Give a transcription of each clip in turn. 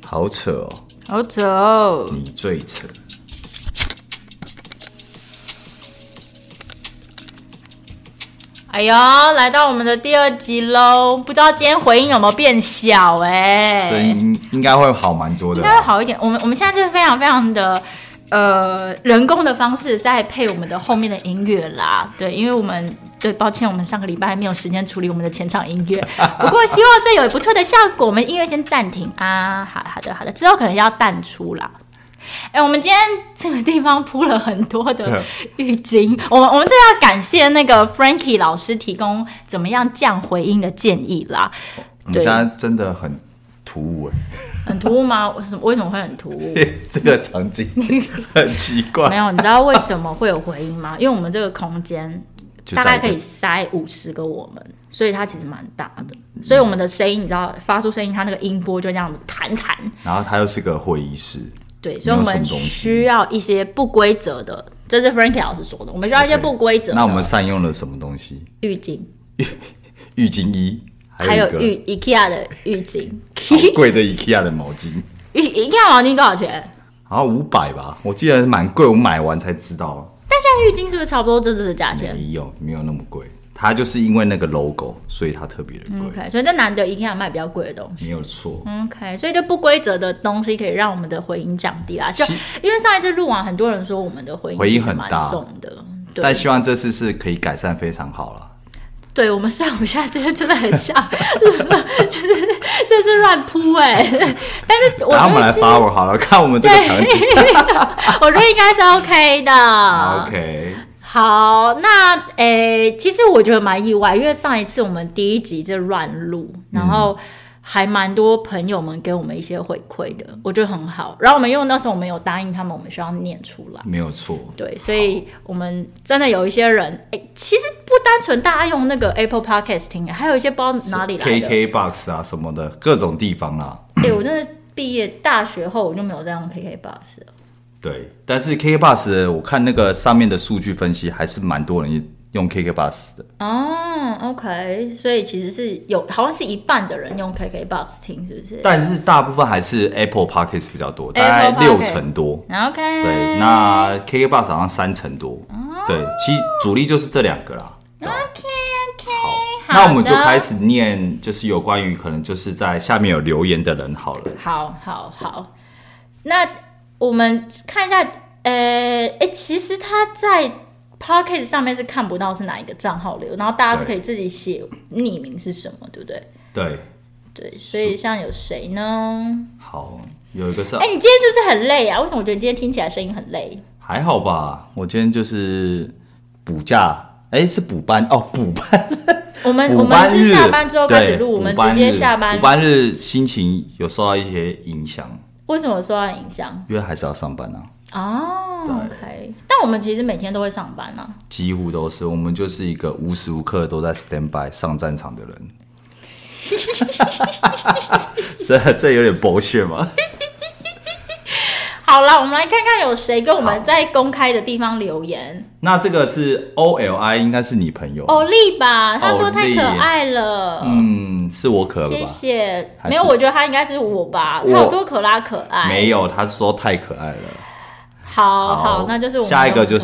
好扯哦， 好扯哦， 你最扯。 哎呦，来到我们的第2集喽，不知道今天回音有没有变小声音应该会好蛮多的， 应该会好一点。我们现在是非常非常的人工的方式在配我们的后面的音乐啦，对，因为我们对，抱歉，我们上个礼拜没有时间处理我们的前场音乐，不过希望这有不错的效果。我们音乐先暂停啊，好的，之后可能要淡出啦。我们今天这个地方铺了很多的浴巾，我们这要感谢那个 Frankie 老师提供怎么样降回音的建议啦。 我们现在真的很突兀很突兀吗？为什么会很突兀？ 这个场景很奇怪。 没有，你知道为什么会有回音吗？因为我们这个空间大概可以塞50个我们，所以它其实蛮大的，所以我们的声音，你知道发出声音，它那个音波就这样子弹，然后它又是个会议室。 对，所以我们需要一些不规则的，这是 Frankie 老师说的，我们需要一些不规则的。 那我们善用了什么东西？ 浴巾， 浴巾衣， 还有IKEA 的浴巾， 好贵的 IKEA 的毛巾。 IKEA 毛巾多少钱？ 好像500吧，我记得蛮贵，我买完才知道。 但现在浴巾是不是差不多这的价钱？ 没有那么贵。它就是因为那个 logo， 所以它特别的贵。 OK， 所以这难得 IKEA 卖比较贵的东西， 没有错。 OK， 所以就不规则的东西可以让我们的回音降低啦。就因为上一次录完，很多人说我们的回音很大重的， 但希望这次是可以改善非常好了。 对，我们上午下这边真的很像，就是乱扑但是我们来发我好了，看我们这个场景， 我觉得应该是 OK 的。 OK。 好，那其实我觉得蛮意外，因为上一次我们第1集就乱录，然后还蛮多朋友们给我们一些回馈的，我觉得很好。然后我们因为那时候我们有答应他们，我们需要念出来， 没有错。 对，所以我们真的有一些人，其实不单纯大家用那个 Apple Podcast 听，还有一些不知道哪里来的 KKBOX 啊什么的各种地方啦。 我真的毕业大学后我就没有再用 KKBOX 了。 对，但是 KKBOX 我看那个上面的数据分析，还是蛮多人用 KKBOX 的。 OK， 所以其实是好像是一半的人用 KKBOX 听，是不是？ 但是大部分还是 Apple Podcast 比较多，大概60%多。 OK， 对，那 KKBOX 好像30%多。对，其实主力就是这2个啦。 OK， 好，那我们就开始念，就是有关于可能就是在下面有留言的人好了。 好，那我们看一下，其实他在 Podcast 上面是看不到是哪一个账号留，然后大家是可以自己写匿名是什么，对不对？对，所以像有谁呢？ 好，有一个是， 你今天是不是很累啊？为什么我觉得你今天听起来声音很累？ 还好吧，我今天就是补假，是补班哦，补班。 我们是下班之后开始录，我们直接下班。 补班日心情有受到一些影响。 为什么受到影响？ 因为还是要上班啊。 OK， 但我们其实每天都会上班啊， 几乎都是，我们就是一个无时无刻都在 stand by 上战场的人。这有点剥削吗？ 好啦，我们来看看有谁跟我们在公开的地方留言。 那这个是 OLI， 应该是你朋友欧丽吧？他说太可爱了。 是我可了吧？ 谢谢。没有，我觉得他应该是我吧。他有说可拉可爱。 没有，他是说太可爱了。 好，那就是我们下一个就是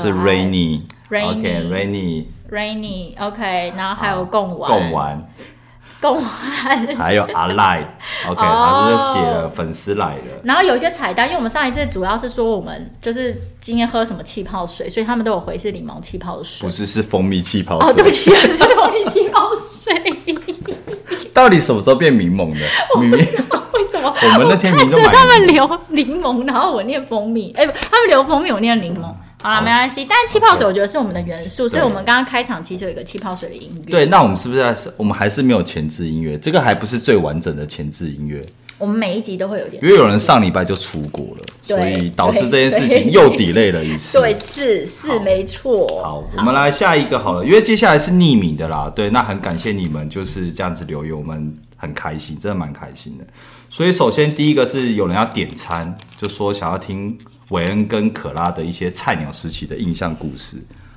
Rainy。 OK， 然后还有贡丸， 还有阿赖 ，OK， 他是写了粉丝来的。 然后有些彩蛋，因为我们上一次主要是说我们就是今天喝什么气泡水，所以他们都有回是柠檬气泡水， 不是，是蜂蜜气泡水。 对不起，是蜂蜜气泡水。 到底什么时候变柠檬的？ 我不知道为什么。 我们那天明就买他们留柠檬，然后我念蜂蜜。他们留蜂蜜，我念柠檬。好啦，没关系。但气泡水我觉得是我们的元素，所以我们刚刚开场其实有一个气泡水的音乐。 对，那我们是不是我们还是没有前置音乐？这个还不是最完整的前置音乐。 我们每一集都会有点， 因为有人上礼拜就出国了，所以导致这件事情又 delay 了一次。 对，是没错。 好，我们来下一个好了，因为接下来是匿名的啦。对，那很感谢你们就是这样子留言，我们很开心，真的蛮开心的。所以首先第一个是有人要点餐，就说想要听韦恩跟可拉的一些菜鸟时期的印象故事。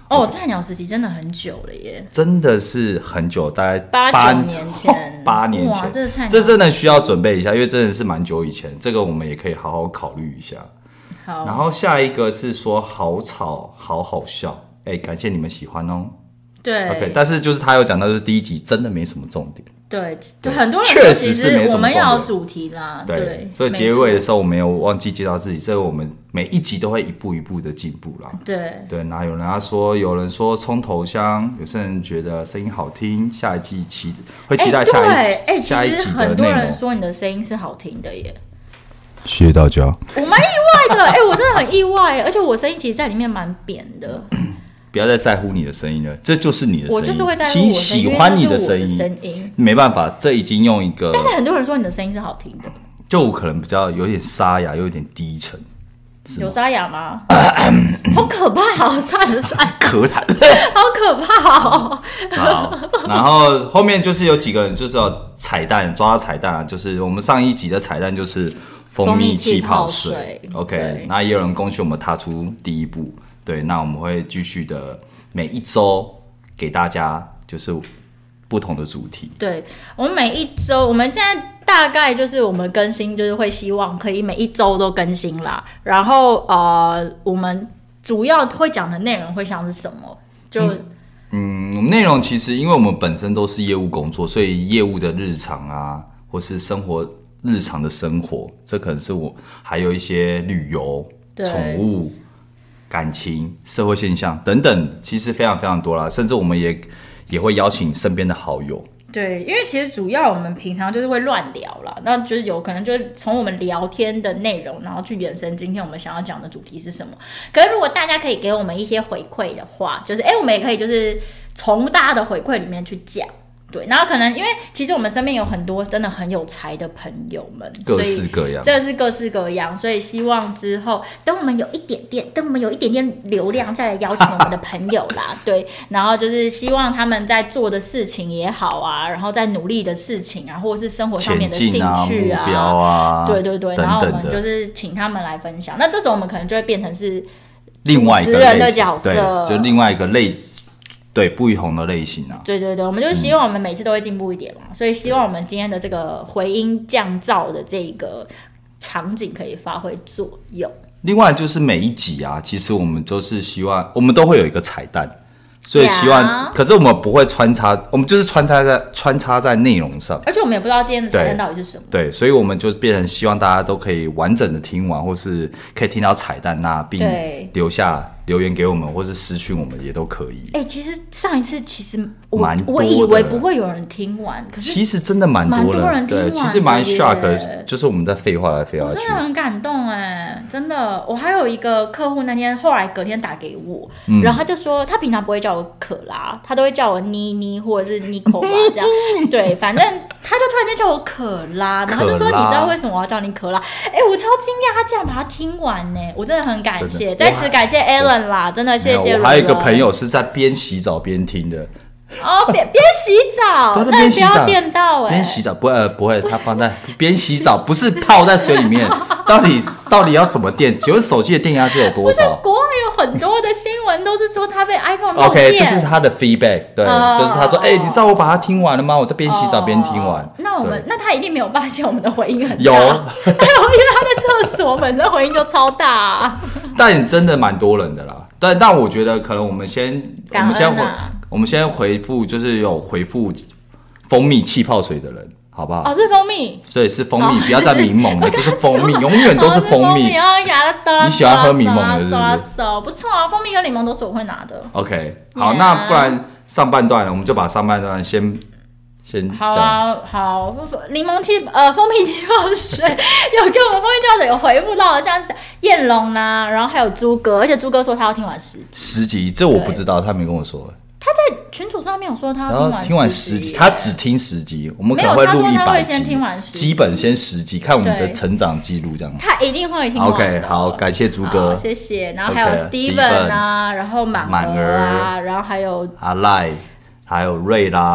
哦，菜鸟时期真的很久了耶， 真的是很久，大概 8-9年前 ，8年哇， 前，这真的需要准备一下，因为真的是蛮久以前，这个我们也可以好好考虑一下。 好， 然后下一个是说好吵，好好笑，感谢你们喜欢哦。 对 ，OK， 但是就是他有讲到，就是第一集真的没什么重点。 对，很多人确实是没什么重点， 我们要有主题啦。对， 所以结尾的时候我没有忘记介绍自己，这个我们每一集都会一步一步的进步啦。 对， 然后有人说冲头香，有些人觉得声音好听，下一季会期待下一集的内容。 其实很多人说你的声音是好听的耶。 谢谢大家。 我蛮意外的，我真的很意外，而且我声音其实在里面蛮扁的。 不要再在乎你的声音了，这就是你的声音。 我就是会在乎我的声音， 喜欢你的声音，没办法，这已经用一个。 但是很多人说你的声音是好听的， 就我可能比较有点沙哑，有点低沉。 有沙哑吗？好可怕哦！算了， 咳痰， 好可怕哦。 好，然后后面就是有几个人就是有彩蛋，抓到彩蛋啊，就是我们上一集的彩蛋就是蜂蜜气泡水。OK， 那也有人恭喜我们踏出第一步。对，那我们会继续的每一周给大家就是不同的主题。 对，我们每一周，我们现在大概就是我们更新，就是会希望可以每一周都更新啦。然后我们主要会讲的内容会像是什么？ 我们内容其实因为我们本身都是业务工作，所以业务的日常啊，或是日常的生活，这可能是我还有一些旅游、宠物。感情、社会现象等等，其实非常非常多啦，甚至我们也会邀请身边的好友。 对，因为其实主要我们平常就是会乱聊啦，那就是有可能就是从我们聊天的内容，然后去延伸今天我们想要讲的主题是什么。可是如果大家可以给我们一些回馈的话，就是我们也可以就是从大家的回馈里面去讲。对，然后可能因为其实我们身边有很多真的很有才的朋友们， 各式各样， 这是各式各样，所以希望之后等我们有一点点流量，再来邀请我们的朋友啦。对，然后就是希望他们在做的事情也好啊，然后在努力的事情啊，或者是生活上面的兴趣目标啊， 对， 等等然后我们就是请他们来分享。那这时候我们可能就会变成是另外一个人的角色， 对，就另外一个对不同的类型啊， 对，我们就希望我们每次都会进步一点嘛，所以希望我们今天的这个回音降噪的这个场景可以发挥作用。 另外就是每一集啊，其实我们就是希望我们都会有一个彩蛋，所以希望，可是我们不会穿插，我们就是穿插在内容上， 而且我们也不知道今天的彩蛋到底是什么。 对，所以我们就变成希望大家都可以完整的听完，或是可以听到彩蛋并留言给我们，或是私讯我们也都可以。 其实上一次我以为不会有人听完，可是其实真的蛮多人听完，对，其实蛮 shock 的，就是我们在废话来废话去， 我真的很感动真的。我还有一个客户那天后来隔天打给我，然后他就说他平常不会叫我可拉，他都会叫我妮妮或者是 Nico 吧这样。对，反正他就突然间叫我可拉，然后就说你知道为什么我要叫你可拉？我超惊讶，他竟然把它听完呢，我真的很感谢，在此感谢 Alan 啦，真的谢谢。 我还有一个朋友是在边洗澡边听的。 边洗澡，那你不要电到边洗澡不会，他放在边洗澡，不是泡在水里面。到底要怎么电？请问手机的电压是有多少？ 国外有很多的新闻都是说他被 iPhone 弄电。 OK， 这是他的 feedback， 对，就是他说，你知道我把它听完了吗？我在边洗澡边听完。 那他一定没有发现我们的回音很大。 有，因为他在厕所本身回音就超大但真的蛮多人的啦。但我觉得可能我们先回复，就是有回复蜂蜜气泡水的人，好不好？ 是蜂蜜， 对，是蜂蜜，不要再柠檬了，就是蜂蜜，永远都是蜂蜜。你喜欢喝柠檬的，是不是？ 不错啊，蜂蜜跟柠檬都是我会拿的。 OK， 好，那不然上半段我们就把上半段先好啊，好，柠檬蜂蜜气泡水有给我们蜂蜜气泡水有回复到的，像是燕龙啦，然后还有朱哥，而且朱哥说他要听完10集， 这我不知道，他没跟我说。 他在群组上面有说他要听完10集，他只听10集，我们可能会录100集， 先听完10集， 基本先10集，看我们的成长记录这样。 他一定会听完的。 OK， 好，感谢朱哥， 谢谢。然后还有 Steven 啊，然后满儿啊，然后还有阿赖，还有瑞拉。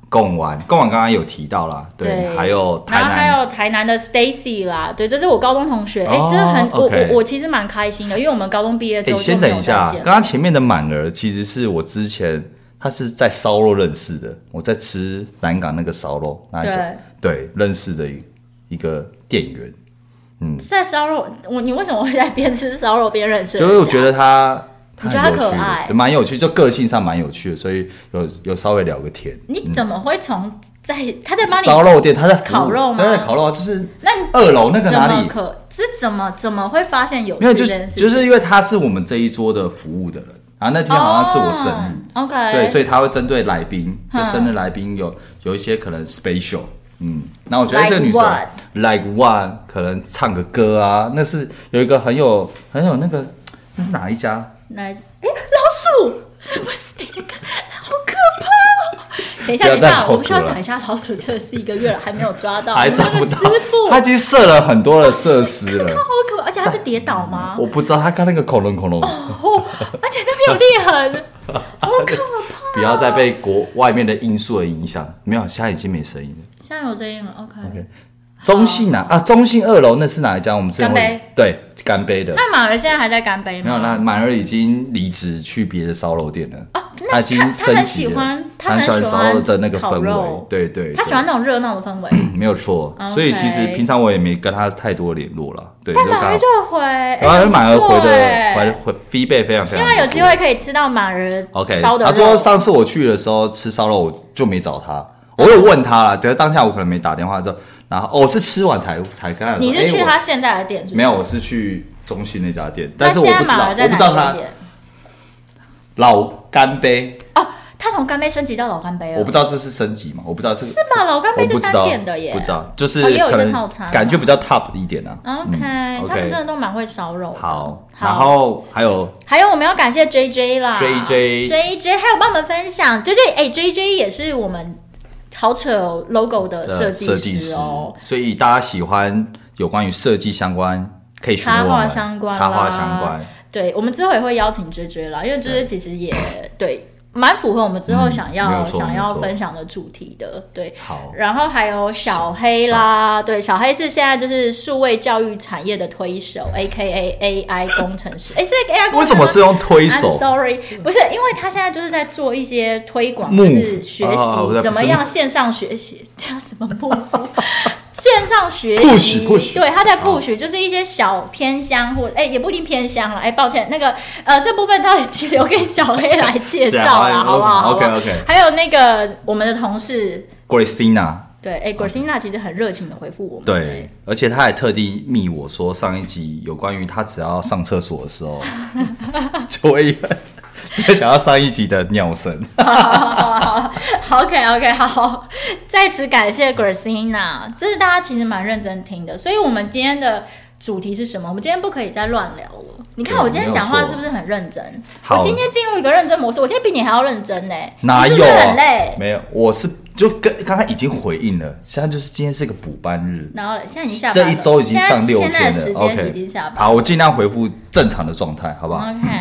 贡丸刚刚有提到啦，对，还有台南， 然后还有台南的 Stacy 啦，对，这是我高中同学，这很我其实蛮开心的，因为我们高中毕业之后先等一下，刚刚前面的满儿其实是我之前他是在烧肉认识的，我在吃南港那个烧肉，对，认识的一个店员， 在烧肉，你为什么会在边吃烧肉边认识？ 就是我觉得你觉得他可爱， 蛮有趣，就个性上蛮有趣的，所以有稍微聊个天。 你怎么会他在帮你烧肉店，他在烤肉吗？ 对，烤肉就是2楼那个哪里？ 怎么会发现有趣这件事？ 就是因为他是我们这一桌的服务的人，然后那天好像是我生日 ，OK， 对，所以他会针对来宾，就生日来宾有一些可能 special，那我觉得这个女生 like one 可能唱个歌啊，那是有一个很有那个，那是哪一家？ 老鼠！等一下看，好可怕哦！等一下，我们需要讲一下，老鼠真的是1个月了，还没有抓到， 还找不到。 师傅他已经设了很多的设施了， 好可怕！而且他是跌倒吗？ 我不知道，他刚那个恐龙， 而且那边有裂痕，好可怕！ 不要再被外面的因素的影响。没有，现在已经没声音了。 现在有声音了 ，OK。 中信中信2楼那是哪一家？我们干杯， 对，干杯的。 那满儿现在还在干杯吗？ 没有，那满儿已经离职去别的烧肉店了。他已经升级了。他很喜欢烧肉的那个氛围，对， 他喜欢那种热闹的氛围， 没有错。所以其实平常我也没跟他太多联络了。对， 但满儿就回， 满儿回 feedback 非常非常。 希望有机会可以吃到满儿烧的肉。 他说上次我去的时候吃烧肉，我就没找他。我有问他啦，对，当下我可能没打电话之后，然后我是吃完才跟他说。 你是去他现在的店是不是？ 没有，我是去中信那家店，但是我不知道他老干杯他从干杯升级到老干杯了。 我不知道这是升级吗？我不知道这个是吧？老干杯是单点的耶， 不知道，就是可能感觉比较 top 一点啊。 OK，他们真的都蛮会烧肉的。 好，然后还有我们要感谢 JJ 啦 ，JJ 还有帮我们分享 JJ 也是我们好扯 logo 的设计师哦， 所以大家喜欢有关于设计相关，可以询问我们插画相关。 对，我们之后也会邀请 JJ 啦，因为 JJ 其实也对。蛮符合我们之后想要分享的主题的，对。 好， 然后还有小黑啦，对，小黑是现在就是数位教育产业的推手 ，AKA AI 工程师。是 AI 工程师？ 为什么是用推手 ？I'm sorry， 不是，因为他现在就是在做一些推广，就是学习怎么样线上学习，这样什么幕布？线上学习 push 对，他在 push 就是一些小偏乡或也不一定偏乡了，抱歉，那个这部分到底留给小黑来介绍啦，好不好 ？OK。 还有那个我们的同事 Christina， 对，Christina 其实很热情的回复我们， 对，而且他还特地密我说上一集有关于他只要上厕所的时候就会想要上一集的尿声。 好 OK 好，在此感谢 Christina， 这是大家其实蛮认真听的，所以我们今天的主题是什么？我们今天不可以再乱聊了。你看我今天讲话是不是很认真？我今天进入一个认真模式，我今天比你还要认真呢。 哪有？ 你是不是很累？ 没有，我是就刚刚已经回应了，现在就是今天是个补班日， 然后现在已经下班了， 这一周已经上6天了， 现在的时间已经下班了。 好，我尽量回复正常的状态，好不好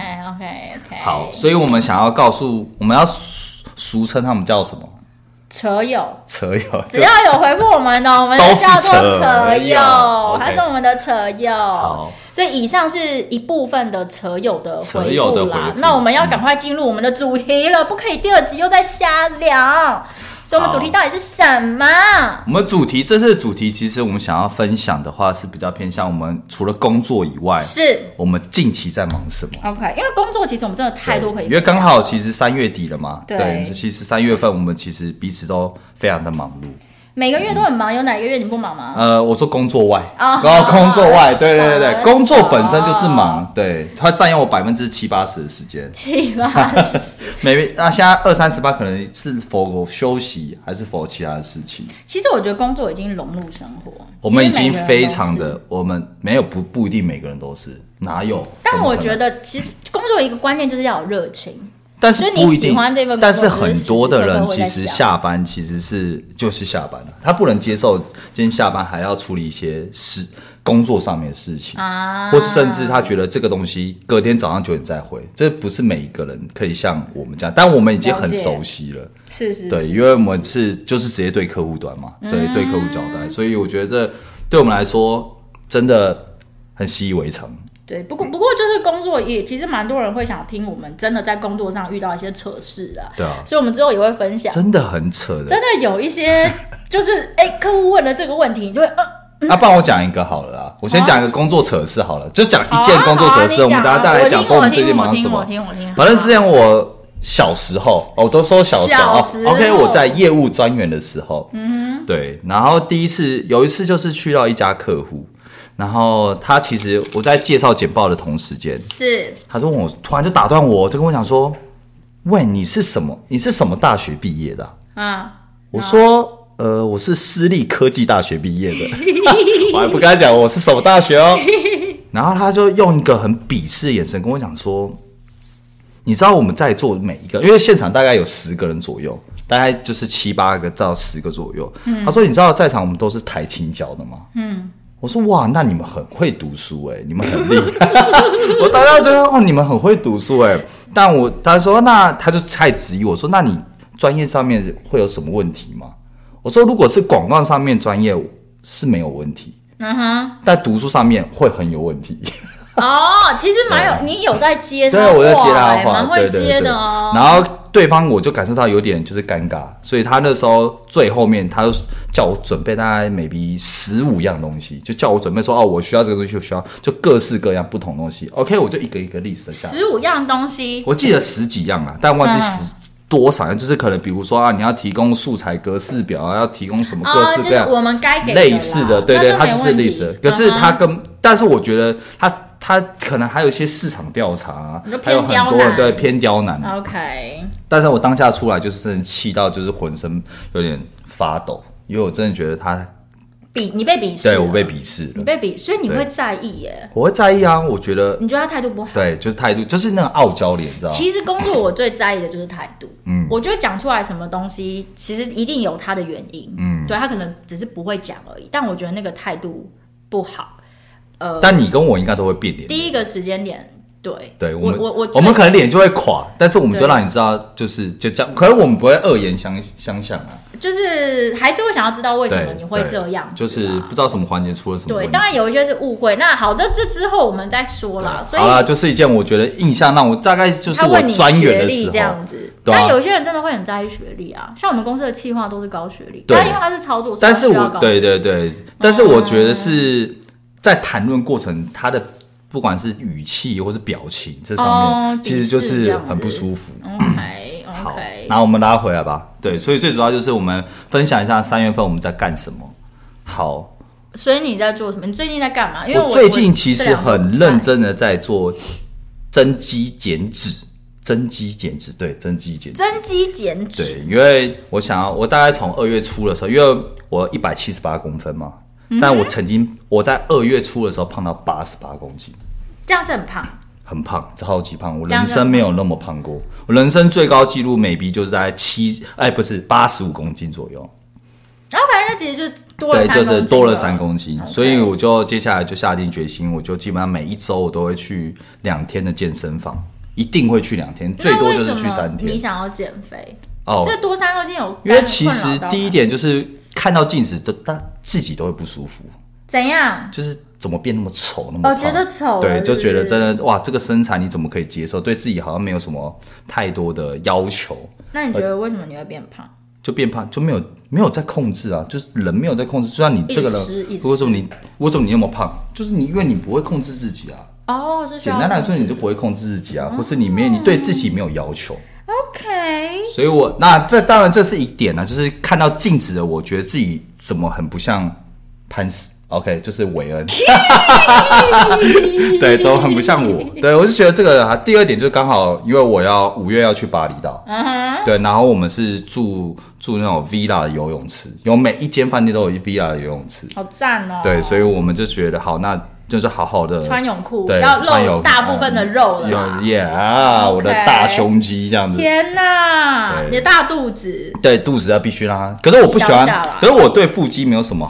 ？OK。 好，所以我们想要我们要俗称他们叫什么？ 车友， 只要有回复我们的，我们就叫做车友，他是我们的车友。 好， 所以以上是一部分的车友的回复啦。那我们要赶快进入我们的主题了，不可以第2集又在瞎聊。所以我们主题到底是什么？ 我们这次的主题其实我们想要分享的话是比较偏向我们除了工作以外， 是我们近期在忙什么 ？OK， 因为工作其实我们真的太多可以分享， 因为刚好其实3月底了嘛， 对， 其实3月份我们其实彼此都非常的忙碌。 每个月都很忙，有哪个月你不忙吗？ 我说工作外，工作外，对，工作本身就是忙，对，它占用我70-80%的时间 ，70%。 那现在20-30%可能是否休息，还是否其他的事情？ 其实我觉得工作已经融入生活， 我们已经非常的，我们没有不一定每个人都是，哪有？ 但我觉得其实工作一个关键就是要有热情。 但是不一定，但是很多的人其实下班就是下班了，他不能接受今天下班还要处理一些事， 工作上面的事情啊，或是甚至他觉得这个东西隔天早上9点再回，这不是每一个人可以像我们这样，但我们已经很熟悉了， 是， 对，因为我们就是直接对客户端嘛，对客户交代，所以我觉得这对我们来说真的很习以为常。 对，不过就是工作也其实蛮多人会想听我们真的在工作上遇到一些扯事啊， 对啊， 所以我们之后也会分享， 真的很扯的， 真的有一些就是客户问了这个问题，你就会帮我讲一个好了啦，我先讲一个工作扯事好了，就讲一件工作扯事，我们大家再来讲说我们最近忙什么。反正之前我小时候，我都说小时候 ，OK， 我在业务专员的时候，对，然后有一次就是去到一家客户。然后他其实我在介绍简报的同时间，他说我突然就打断我，就跟我讲说：“喂，你是什么大学毕业的啊？”我说：“我是私立科技大学毕业的。”我还不跟他讲我是什么大学哦。然后他就用一个很鄙视的眼神跟我讲说：“你知道我们在座每一个，因为现场大概有10个人左右，大概就是7、8个到10个左右。他说：“你知道在场我们都是台清交的吗？”我说哇，那你们很会读书你们很厉害。我当时觉得你们很会读书但他说那他就太质疑我说，那你专业上面会有什么问题吗？我说如果是广告上面专业是没有问题，但读书上面会很有问题。 其实你有在接他话，对，我在接他话， 蛮会接的哦。 然后对方我就感受到有点就是尴尬，所以他那时候最后面他就叫我准备大概 maybe 15样东西，就叫我准备说我需要这个东西，需要就各式各样不同东西。OK， 我就一个一个 list 下来。15 样东西， 我记得10几样啊，但忘记多少样，就是可能比如说你要提供素材格式表要提供什么各式各样， 就是我们该给的类似的，对，它就是类似的。可是但是我觉得他可能还有一些市场调查还有很多人对偏刁难。 OK， 但是我当下出来就是真的气到就是浑身有点发抖，因为我真的觉得你被鄙视， 对我被鄙视了， 你被鄙视，所以你会在意耶？ 我会在意啊，我觉得你觉得他态度不好， 对，就是态度，就是那个傲娇脸，你知道吗？ 其实工作我最在意的就是态度，我觉得讲出来什么东西，其实一定有他的原因，对他可能只是不会讲而已，但我觉得那个态度不好。 但你跟我应该都会变脸。 第一个时间点，对， 我们可能脸就会垮，但是我们就让你知道，就这样。可是我们不会恶言相向啊， 就是还是会想要知道为什么你会这样， 就是不知道什么环节出了什么问题。 对，当然有一些是误会。那好，这之后我们再说啦。所以好啦，就是一件我觉得印象让我大概就是我专员的时候这样子。但有些人真的会很在意学历啊，像我们公司的企划都是高学历，但因为他是操作， 但是对，但是我觉得是。在谈论过程，他的不管是语气或是表情，这上面其实就是很不舒服。 OK， 好，然后我们拉回来吧。对，所以最主要就是我们分享一下3月份我们在干什么。好， 所以你在做什么？你最近在干嘛？因为我最近其实很认真的在做增肌减脂。对，增肌减脂。对，因为我大概从2月初的时候，因为我178公分嘛。但我在2月初的时候胖到88公斤， 这样是很胖， 很胖，超级胖。我人生没有那么胖过，我人生最高纪录maybe就是在85公斤左右。 然后反正其实就多了3公斤， 对，就是多了3公斤，所以我就接下来就下定决心，我就基本上每一周我都会去2天的健身房，一定会去2天，最多就是去3天。 你想要减肥？ 这多3公斤因为其实第一点就是看到镜子自己都会不舒服。 怎样？ 就是怎么变那么丑，那么胖？ 觉得丑， 对，就觉得真的哇，这个身材你怎么可以接受？对自己好像没有什么太多的要求。 那你觉得为什么你会变胖？ 就变胖就没有在控制啊，就是人没有在控制。就像你这个人，为什么你那么胖？就是因为你不会控制自己啊。简单来说，你就不会控制自己啊，或是你对自己没有要求。 OK， 所以这当然这是一点啊，就是看到镜子的我觉得自己怎么很不像潘石 ，OK， 就是韦恩，对，怎么很不像我？对，我就觉得这个第二点就是刚好，因为我5月要去巴厘岛，对，然后我们是住那种 villa 的游泳池，每一间饭店都有villa 的游泳池， 好赞哦。 对，所以我们就觉得好，那就是好好的穿泳裤，要露大部分的肉了。 我的大胸肌这样子。 天哪，你的大肚子。 对，肚子要必须让它。可是我不喜欢，可是我对腹肌没有什么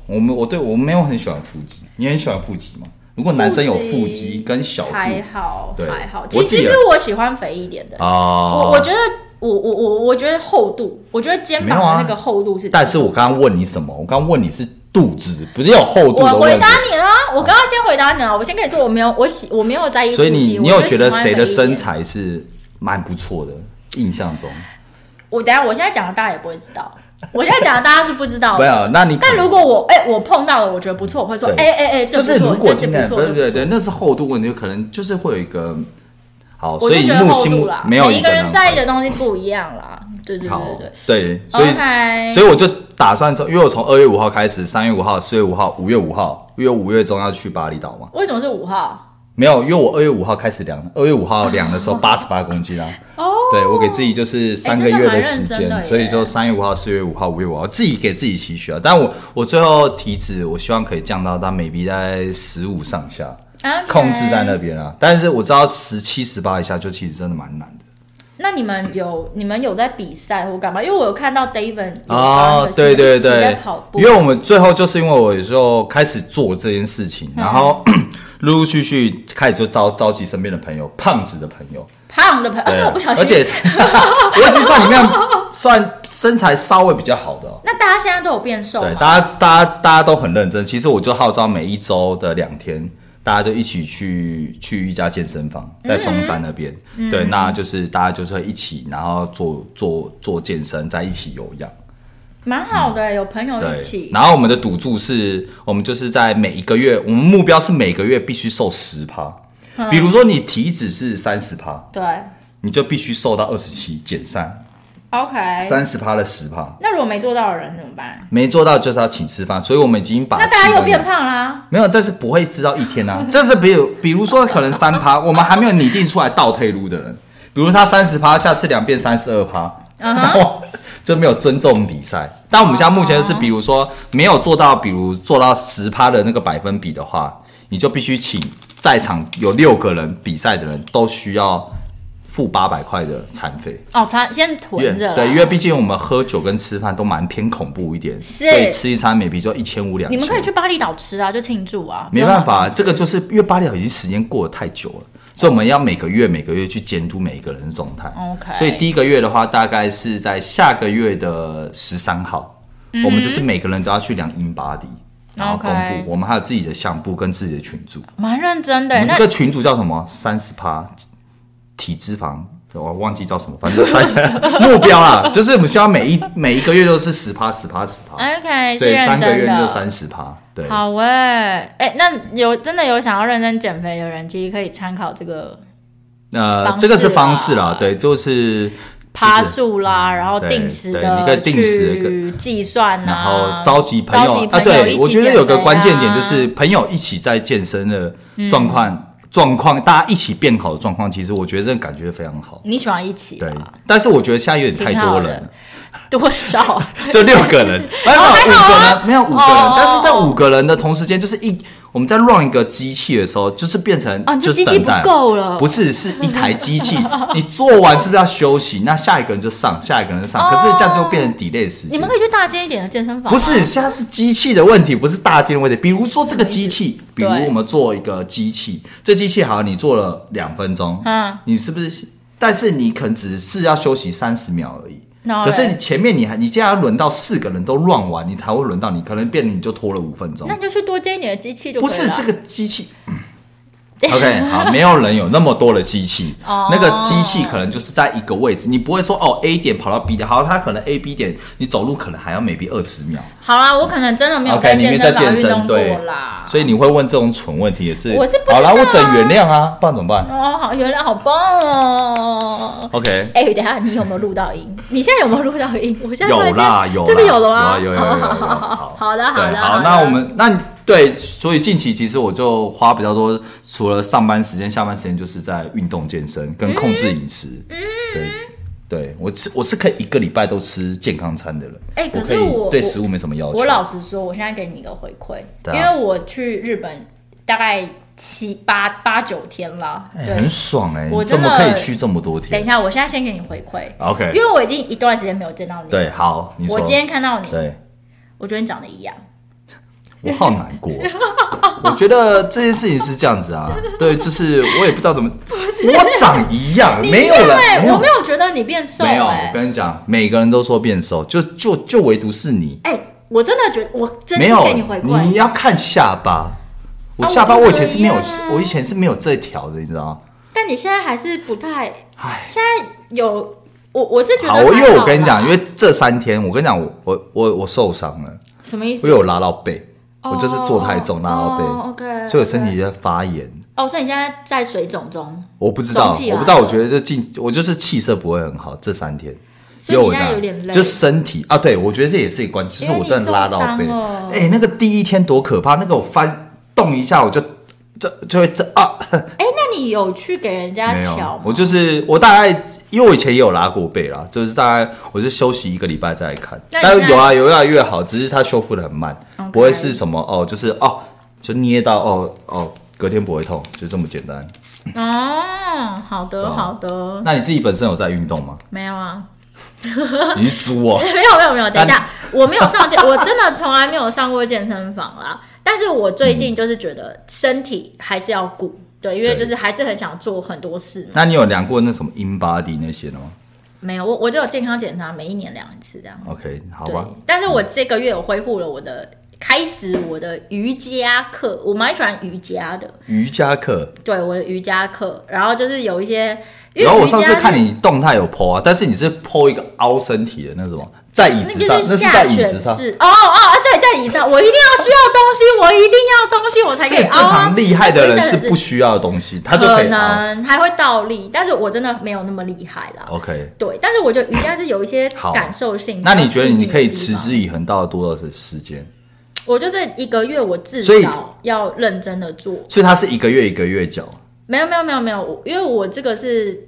我没有很喜欢腹肌，你很喜欢腹肌吗？如果男生有腹肌跟小肚还好， 对还好。其实我喜欢肥一点的我觉得我觉得厚度，我觉得肩膀的那个厚度是。 但是我刚刚问你什么？我刚刚问你是肚子，不是有厚度的问题。 我回答你了，我刚刚先回答你了。我先跟你说，我没有在意腹肌。 所以你有觉得谁的身材是蛮不错的？印象中， 我现在讲的大家也不会知道。我现在讲的大家是不知道的。 没有，那你但如果我碰到了，我觉得不错，我会说就是如果今天对， 那是厚度问题，可能就是会有一个好， 所以你没有每一个人在意的东西不一样啦。 对，所以我就打算因为我从2月5号开始，3月5号、4月5号、5月5号，因为5月中要去巴厘岛嘛。 为什么是5号？ 没有，因为我2月5号开始量，2月5号量的时候88公斤啊。对，我给自己就是3个月的时间，所以说3月5号、4月5号、5月5号，自己给自己期许啊。但我最后体脂，我希望可以降到maybe在15上下，控制在那边啊。但是我知道17、18以下就其实真的蛮难的。 那你们有在比赛或干嘛？因为我有看到 David 对， 在跑步。 因为我们最后就是因为我有时候开始做这件事情，然后陆陆续续开始就召集身边的朋友，胖子的朋友， 我不小心， 而且我已经算里面算身材稍微比较好的。 那大家现在都有变瘦吗？ 对，大家都很认真。其实我就号召每一周的2天。大家就一起去一家健身房，在松山那边。对，那就是大家就是会一起，然后做健身，在一起有氧， 蛮好的，有朋友一起。 然后我们的赌注是，我们就是在每一个月，我们目标是每个月必须瘦10%。比如说你体脂是30%， 对， 你就必须瘦到27减3。 OK， 30%的10%。 那如果没做到的人怎么办？ 没做到就是要请吃饭，所以我们已经把。 那大家又变胖啦？ 没有，但是不会知道一天啊。这是比如说可能3%，我们还没有拟定出来倒退路的人，比如他30%，下次量变32%，然后就没有尊重比赛。但我们现在目前是，比如说没有做到，比如做到10%的那个百分比的话，你就必须请在场有6个人比赛的人都需要。付800块的餐费先囤着。 对，因为毕竟我们喝酒跟吃饭都蛮偏恐怖一点，所以吃一餐maybe就1500-2000。 你们可以去巴厘岛吃啊，就庆祝啊。 没办法，这个就是因为巴厘岛已经时间过得太久了，所以我们要每个月去监督每一个人的状态。 OK， 所以第一个月的话，大概是在下个月的13号，我们就是每个人都要去量 InBody。然后公布，我们还有自己的相簿跟自己的群组， 蛮认真的。 我们这个群组叫什么？30%。体脂肪，我忘记叫什么，反正目标啦，就是我们需要每一个月都是10%。 OK， 所以3个月就30%。对， 好那真的有想要认真减肥的人，其实可以参考这个。 这个是方式啦，对，就是趴数啦，然后定时的， 你可以定时去计算然后召集朋友对，我觉得有个关键点就是朋友一起在健身的状况，大家一起变好的状况，其实我觉得这个感觉非常好。 你喜欢一起？ 对，但是我觉得现在有点太多人了。 多少？ 就6个人，没有5个人，没有5个人。但是在5个人的同时间，就是我们在 run 一个机器的时候，就是变成就是等待不够了， 不是一台机器，你做完是不是要休息？那下一个人就上，下一个人就上，可是这样就变成 delay 时间。 你们可以去大间一点的健身房。 不是，现在是机器的问题，不是大间的问题。比如说这个机器，比如我们做一个机器，这机器好，你做了2分钟，你是不是？但是你可能只是要休息30秒而已。可是你前面你既然要轮到4个人都乱完，你才会轮到你，可能变你就拖了5分钟。 那你就去多接一点的机器就可以了。 不是这个机器。OK， 好，没有人有那么多的机器，那个机器可能就是在一个位置，你不会说A 点跑到 B 点，好，它可能 A、B 点，你走路可能还要maybe 20秒。 好啦，我可能真的没有在健身房运动过啦， 所以你会问这种蠢问题也是。 我是不知道好啦，我只能原谅啊，不然怎么办？ 好，原谅，好棒哦。 OK， 等一下你有没有录到音？你现在有没有录到音？我现在有啦， 真的有了吗？ 有。 好的。 好，那我们对，所以近期其实我就花比较多，除了上班时间、下班时间，就是在运动健身跟控制饮食。对，我是可以1个礼拜都吃健康餐的人。 可是我对食物没什么要求。 我老实说，我现在给你一个回馈，因为我去日本大概7、8、9天了， 很爽我怎么可以去这么多天？ 等一下，我现在先给你回馈 ，OK， 因为我已经一段时间没有见到你。 对，好，你说。 我今天看到你， 对， 我觉得你长得一样。 我好难过。我觉得这件事情是这样子啊，对，就是我也不知道怎么，我长一样，没有了， 我没有觉得你变瘦， 没有。我跟你讲，每个人都说变瘦，就唯独是你。 我真的觉得，我真心给你回馈。 你要看下巴，我下巴我以前是没有，我以前是没有这条的，你知道吗？ 但你现在还是不太，现在有。我是觉得好， 因为我跟你讲，因为这3天，我跟你讲，我受伤了。 什么意思？ 我有拉到背，我就是做太重拉到背 ，OK， 所以我身体在发炎。 所以你现在在水肿中？ 我不知道，我觉得我就是气色不会很好，这3天。 所以你现在有点累， 就是身体啊，对，我觉得这也是一个关系，就是我真的拉到背。那个第一天多可怕，那个我动一下我就会那你有去给人家瞧吗？ 我大概，因为我以前也有拉过背啦，就是大概我是休息1个礼拜再来看，但是有越来越好，只是它修复的很慢，不会是什么就捏到隔天不会痛，就这么简单。 好的好的。 那你自己本身有在运动吗？ 没有啊。 你是猪哦？ 没有，等一下，我没有上我真的从来没有上过健身房啦。但是我最近就是觉得身体还是要顾，对，因为就是还是很想做很多事嘛。 那你有量过那什么 InBody 那些的吗？ 没有，我就有健康检查，每1年量1次这样。 OK， 好吧。 但是我这个月有恢复了开始我的瑜伽课，我蛮喜欢瑜伽的。 瑜伽课？对， 我的瑜伽课，然后就是有一些。 然后我上次看你动态有 po 啊，但是你是 po 一个凹身体的那什么，在椅子上，那是在椅子上。对， 在椅子上，我一定要需要东西，我才可以凹。 正常厉害的人是不需要的东西，他就可以凹。可能还会倒立，但是我真的没有那么厉害啦。 OK， 对，但是我觉得瑜伽是有一些感受性。 那你觉得你可以持之以恒到多少时间？ 我就是1个月，我至少要认真的做。 所以它是1个月1个月缴？ 没有，因为我这个是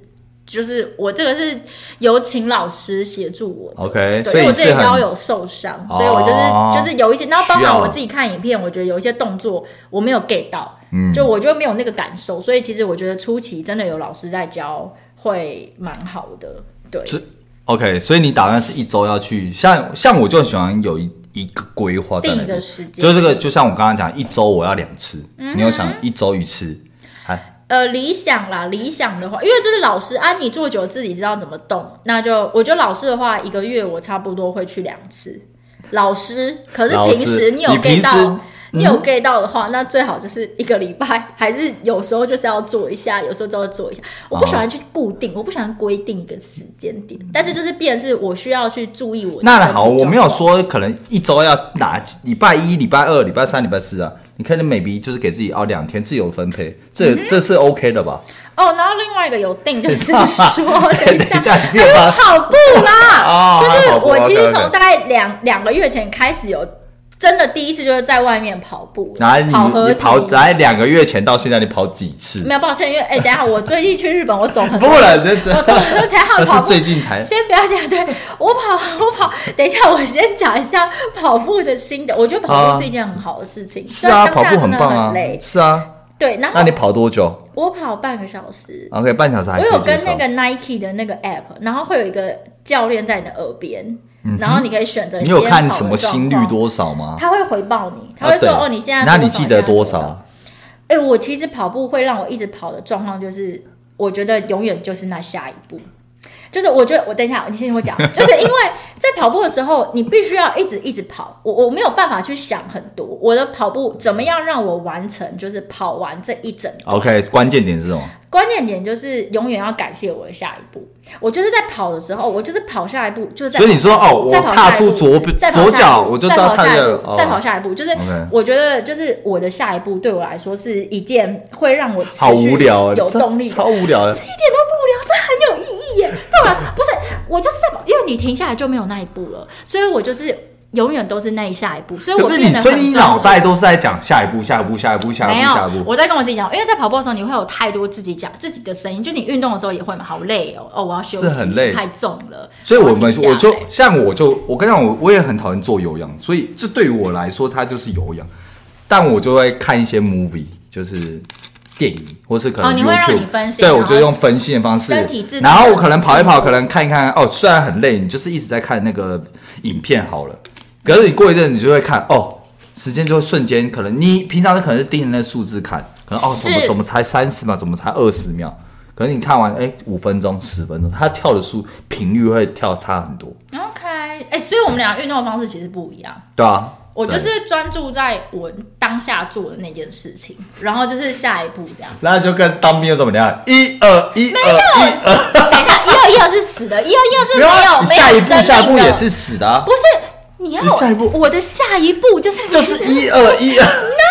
有请老师协助我的。 OK， 所以我自己腰有受伤，所以我就是有一些，然后包含我自己看影片，我觉得有一些动作我没有 get 到，就我就没有那个感受，所以其实我觉得初期真的有老师在教会蛮好的。对 ，OK， 所以你打算是1周要去，像我就喜欢有一个规划在那边， 定一个时间， 就这个，就像我刚刚讲，1周我要2次，你有想1周1次？ 理想的话，因为就是老师你做久自己知道怎么动，那就我觉得老师的话，1个月我差不多会去2次。老师，可是平时你有 get 到，你有 get 到的话，那最好就是1个礼拜，还是有时候就是要做一下，有时候就要做一下。我不喜欢去固定，我不喜欢规定一个时间点，但是就是变成是我需要去注意我的。 那好，我没有说可能1周要哪礼拜1、礼拜2、礼拜3、礼拜4啊。你可能 maybe 就是给自己2天自由分配，这是 OK 的吧？ 然后另外一个有定就是说，等一下，跑步啦，就是我其实从大概两个月前开始有真的第一次就是在外面跑步， 跑合体。来2个月前到现在你跑几次？ 没有，抱歉，因为等一下我最近去日本，我走很多， 不能，我走很多条跑步。 是最近才。 先不要讲，对我跑。等一下，我先讲一下跑步的心得。我觉得跑步是一件很好的事情。 是啊，跑步很棒啊。是啊。 对，然后那你跑多久？ 我跑半个小时。 OK， 半小时还可以接受。 我有跟那个 Nike 的那个 App， 然后会有一个教练在你的耳边。然后你可以选择你有看什么心率多少吗？ 他会回报你，他会说你现在那你记得多少？ 我其实跑步会让我一直跑的状况就是，我觉得永远就是那下一步。就是我觉得我等一下，你先听我讲，就是因为在跑步的时候，你必须要一直跑，我没有办法去想很多，我的跑步怎么样让我完成，就是跑完这一整。 OK， 关键点是什么？ 关键点就是永远要感谢我的下一步。我就是在跑的时候，我就是跑下一步，就是在跑下一步。 所以你说我踏出左脚，我就知道再跑下一步，就是我觉得就是我的下一步对我来说是一件会让我持续有动力的， 超无聊的， 这一点都不无聊，这很有意义耶。对我来说，不是我就是在跑，因为你停下来就没有那一步了，所以我就是永远都是那下一步，所以我变得很专注。 所以你脑袋都是在讲下一步。没有，我在跟我自己讲，因为在跑步的时候，你会有太多自己讲自己的声音，就你运动的时候也会嘛，好累哦，我要休息， 是很累， 太重了。 所以我跟你讲，我也很讨厌做有氧，所以这对于我来说，它就是有氧，但我就会看一些 movie， 就是电影，或是可能 YouTube， 你会让你分析， 对，我就用分析的方式，然后我可能跑一跑，可能看一看，虽然很累，你就是一直在看那个影片好了，可是你过一阵你就会看时间就会瞬间，可能你平常可能是盯着那数字看，可能怎么才30秒，怎么才20秒，可能你看完5分钟、10分钟，它跳的频率会差很多。 OK， 所以我们俩运动的方式其实不一样。 对啊。 我就是专注在我当下做的那件事情，然后就是下一步这样。 那就跟当兵的时候怎么样？1、2、1、2、1、2。 等一下，1、2、1、2是死的，1、2、1、2是没有下一步也是死的啊。 不是，你要下一步，我的下一步就是 1、2、1、2。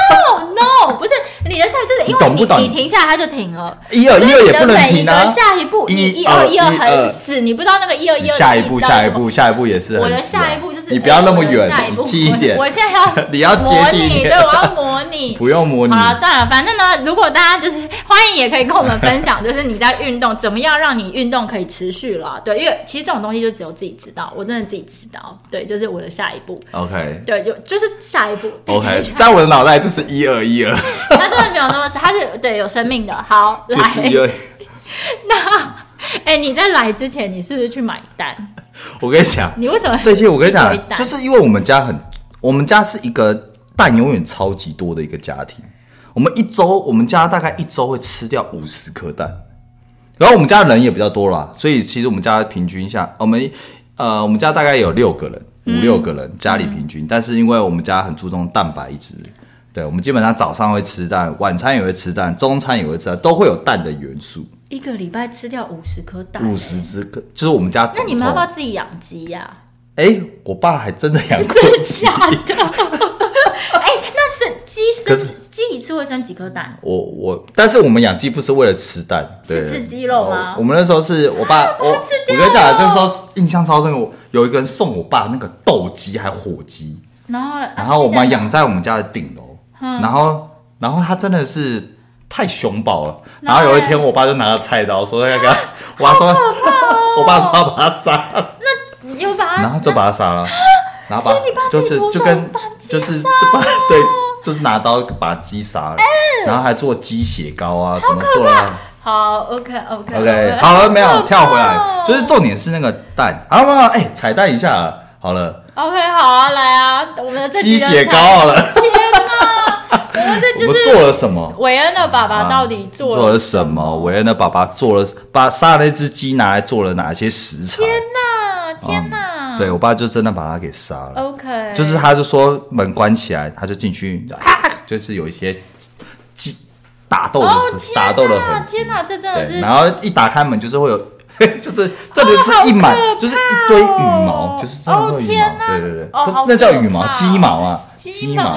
No， 不是你的下一步，就是因为你停下来它就停了。 1、2、1、2也不能停啊。 下一步1、2、1、2很死，你不知道那个1、2、1、2。 下一步也是很死啊。 我的下一步就是你不要那么远，你近一点。 我现在要你要接近一点， 对，我要模拟。 不用模拟。 好了，算了，反正呢，如果大家就是欢迎，也可以跟我们分享，就是你在运动怎么样让你运动可以持续啦。对，因为其实这种东西就只有自己知道，我真的自己知道。对，就是我的下一步。 OK。 对，就是下一步。 OK， 在我的脑袋就是1、2、1、2。 它真的没有那么死，它是对有生命的。好，来。 就是1、2。 那你在来之前，你是不是去买蛋？ 我跟你讲， 你为什么？ 这些我跟你讲，就是因为我们家是一个蛋永远超级多的一个家庭。我们家大概1周会吃掉50颗蛋，然后我们家人也比较多啦，所以其实我们家平均下，我们家大概有6个人，5、6个人家里平均，但是因为我们家很注重蛋白质。对，我们基本上早上会吃蛋，晚餐也会吃蛋，中餐也会吃蛋，都会有蛋的元素。 一个礼拜吃掉50颗蛋 ，50只，就是我们家。 那你们要不要自己养鸡呀？ 我爸还真的养过鸡。 真的假的？那是鸡一次会生几颗蛋？ 但是我们养鸡不是为了吃蛋， 是吃鸡肉吗？ 我们那时候是我爸，我跟你讲，那时候印象超深，有一个人送我爸那个斗鸡还火鸡，然后我们养在我们家的顶楼。然后他真的是太凶暴了。然后有一天，我爸就拿着菜刀说：“那个，我爸说要把他杀了。” 那你有把他， 然后就把他杀了。然后所以你爸自己徒手把鸡杀了？ 对，就是拿刀把鸡杀了。然后还做鸡血糕啊，什么做了。 好 ，OK， 好了，没有跳回来，就是重点是那个蛋。好了，彩蛋一下好了。 OK， 好啊，来啊，我们的这鸡血糕好了。 天哪！我们做了什么？ 韦恩的爸爸到底做了什么？ 韦恩的爸爸把杀了那只鸡拿来做了哪些食材？ 天哪！ 对我爸就真的把他给杀了。 OK， 就是他就说门关起来，他就进去，就是有一些打斗的痕迹。 天哪，这真的是。 然后一打开门就是会有，就是这里是一满，就是一堆羽毛，就是真的会有羽毛。对，不是那叫羽毛，鸡毛啊，鸡毛。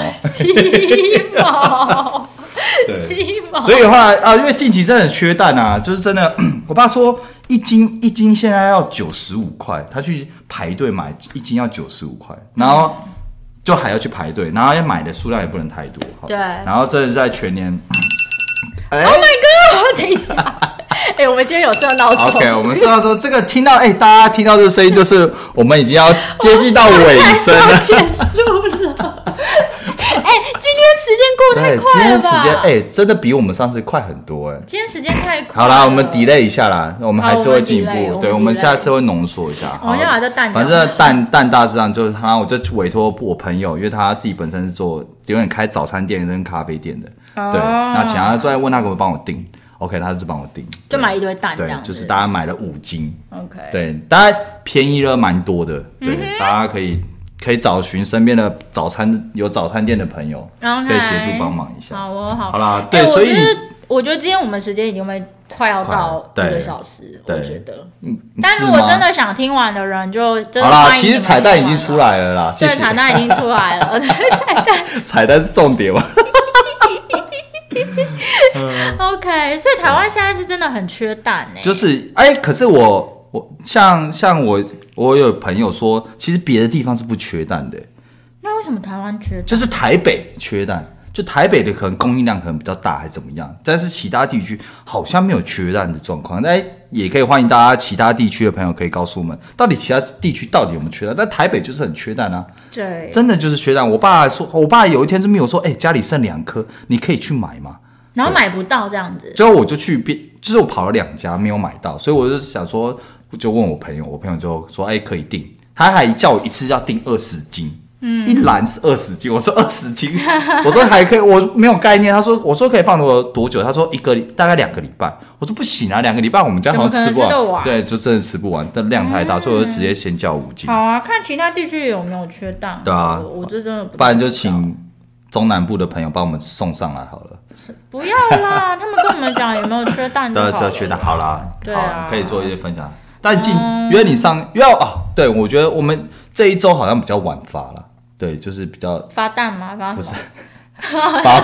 对，所以后来因为近期真的很缺蛋啊，就是真的，我爸说一斤现在要95块，他去排队买1斤要95块，然后就还要去排队，然后要买的数量也不能太多。 对， 然后真的在全年。 Oh my god！ 等一下，我们今天有设闹钟。 OK， 我们设闹钟，这个听到大家听到这个声音，就是我们已经要接近到尾声了， 结束了。今天时间过太快了吧？ 今天时间真的比我们上次快很多今天时间太快了。 好啦，我们 delay 一下啦，我们还是会进步。对，我们下次会浓缩一下。 我们先把这蛋， 反正蛋大致上就是，我就委托我朋友，因为他自己本身是做有点开早餐店跟咖啡店的。对，那请他再问他可不可以帮我订 ，OK， 他就帮我订， 就买一堆蛋这样子，对，就是大家买了5斤 ，OK， 对，大概便宜了蛮多的，对，大家可以找寻身边的有早餐店的朋友， okay， 可以协助帮忙一下。 好啦，对，所以我觉得今天我们时间已经会快要到1个小时，我觉得，但是我真的想听完的人就真的好啦，其实彩蛋已经出来了啦， 对，彩蛋已经出来了， 彩蛋是重点嘛。 OK， 所以台湾现在是真的很缺蛋就是可是像我有朋友说，其实别的地方是不缺蛋的。 那为什么台湾缺蛋？ 就是台北缺蛋，就台北的可能供应量可能比较大，还怎么样？但是其他地区好像没有缺蛋的状况。也可以欢迎大家其他地区的朋友可以告诉我们，到底其他地区到底有没有缺蛋？但台北就是很缺蛋啊， 对， 真的就是缺蛋。我爸有一天是没有说，家里剩2颗，你可以去买吗？ 然后买不到这样子， 最后我就就是我跑了2家没有买到，所以我就想说，就问我朋友就说，可以订，他还叫我一次要订20斤， 一篮是20斤，我说20斤，我说还可以，我没有概念。我说可以放多久？他说大概2个礼拜。我说不行啊，2个礼拜我们家好像吃不完，对，就真的吃不完，但量太大，所以我就直接先叫5斤。 好啊，看其他地区有没有缺蛋。 对啊， 我这真的不然就请中南部的朋友帮我们送上来好了。 不要啦，他们跟我们讲有没有缺蛋就好了。 对，缺蛋好啦， 对啊， 好，可以做一些分享。但约你上对，我觉得我们这一周好像比较晚发了。对，就是比较发蛋吗？发不是发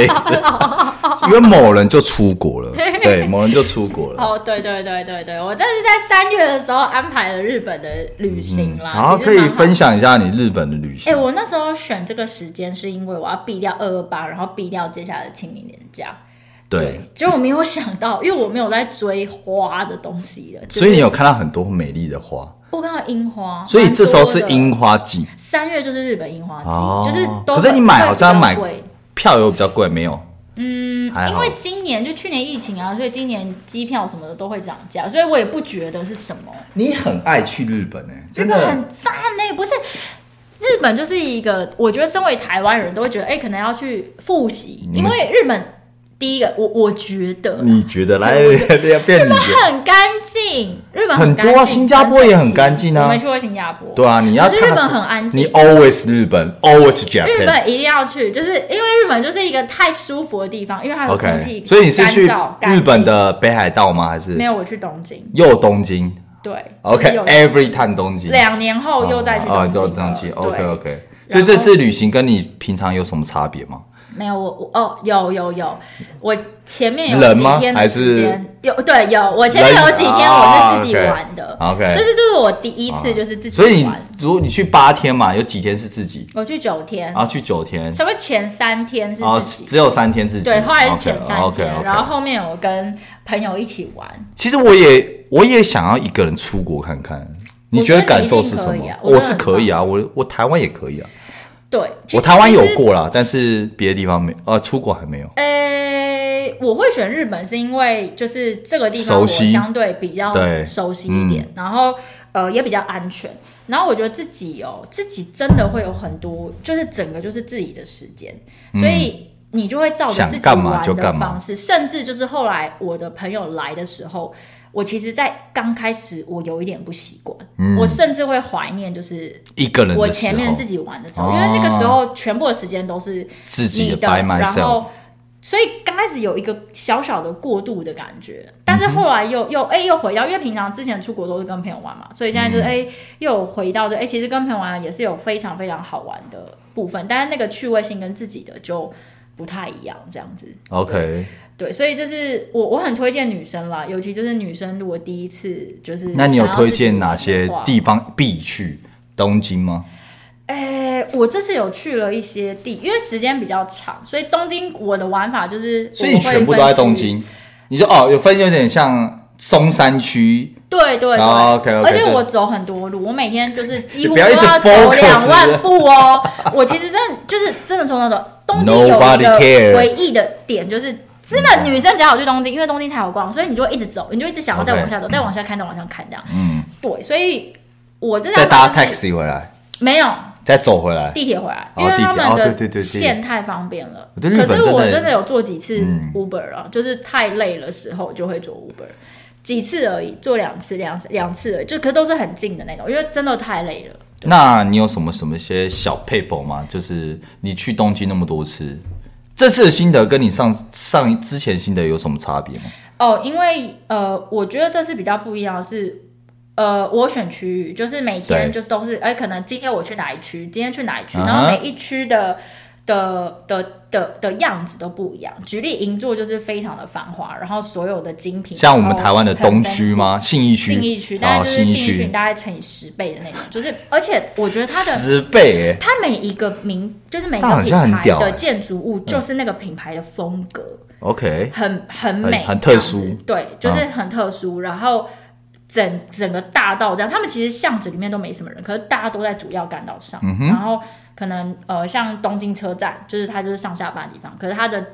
podcast， 因为某人就出国了，对，某人就出国了。 哦，对，我这是在3月的时候安排了日本的旅行啦。 然后可以分享一下你日本的旅行。 我那时候选这个时间是因为我要避掉228，然后避掉接下来的清明年假。对，结果我没有想到，因为我没有在追花的东西了， 所以你有看到很多美丽的花。 我看到樱花， 所以这时候是樱花季。 3月就是日本樱花季，就是都可是你好像买票有比较贵没有？ 因为今年就去年疫情啊，所以今年机票什么的都会涨价，所以我也不觉得是什么。 你很爱去日本真的很赞不是？日本就是一个，我觉得身为台湾人都会觉得，可能要去复习，因为日本。第一个，我觉得， 你觉得来日本很干净，日本很多啊，新加坡也很干净啊。 我没去过新加坡， 对啊，你要可是日本很安静。 你 always 日本 ，always Japan。 日本一定要去，就是因为日本就是一个太舒服的地方，因为它的空气所以你是去日本的北海道吗？还是没有？我去东京， 又东京。 对 ，OK，every time 东京。 2年后又再去东京。 OK。所以这次旅行跟你平常有什么差别吗？ 没有有，我前面有几天的时间有，我前面有几天我是自己玩的 ，OK， 这是我第一次就是自己玩。所以如果你去8天嘛，有几天是自己？ 我去9天， 然后去9天， 稍微前3天是自己， 只有3天自己， 对，后来是前3天，然后后面我跟朋友一起玩。 其实我也想要一个人出国看看，你觉得感受是什么？我是可以啊，我台湾也可以啊。 对， 我台湾有过啦，但是别的地方没，出国还没有。 我会选日本是因为就是这个地方我相对比较熟悉一点，然后也比较安全，然后我觉得自己真的会有很多，就是整个就是自己的时间，所以你就会照着自己玩的方式，甚至就是后来我的朋友来的时候。我其实，在刚开始我有一点不习惯，我甚至会怀念，就是一个人我前面自己玩的时候，因为那个时候全部的时间都是自己的， 然后所以刚开始有一个小小的过渡的感觉，但是后来又回到，因为平常之前出国都是跟朋友玩嘛，所以现在就是又回到其实跟朋友玩也是有非常非常好玩的部分，但是那个趣味性跟自己的就不太一样，这样子。 OK。 对，所以这是我很推荐女生啦，尤其就是女生如果第一次就是， 那你有推荐哪些地方必去？东京吗？ 我这次有去了一些地，因为时间比较长，所以东京我的玩法就是， 所以你全部都在东京，你就有分有点像松山区。 对 ，OK， 而且我走很多路，我每天就是几乎都要走2万步哦。我其实真的从那种东京有一个回忆的点就是。真的，女生只要有去东京，因为东京太好逛，所以你就会一直走，你就一直想要再往下走，再往下看，再往下看这样。对，所以我这再搭 taxi 回来， 没有， 再走回来， 地铁回来，因为他们的线太方便了。可是我真的有做几次 Uber 啊，就是太累的时候就会做 Uber， 几次而已，做2次而已，就可是都是很近的那种，因为真的太累了。 那你有什么些小撇步吗？就是你去东京那么多次。这次的心得跟你之前心得有什么差别吗？ 因为我觉得这次比较不一样的是，我选区域，就是每天就都是，可能今天我去哪一区，今天去哪一区，然后每一区的样子都不一样。举例，银座就是非常的繁华，然后所有的精品，像我们台湾的东区吗？信义区， 大概就是信义区大概乘以10倍的那种，就是而且我觉得它的 10倍， 它每一个就是每个品牌的建筑物就是那个品牌的风格，OK， 很美，很特殊，对，就是很特殊，然后。整个大道这样，他们其实巷子里面都没什么人，可是大家都在主要干道上，然后可能像东京车站，就是它就是上下班的地方，可是它的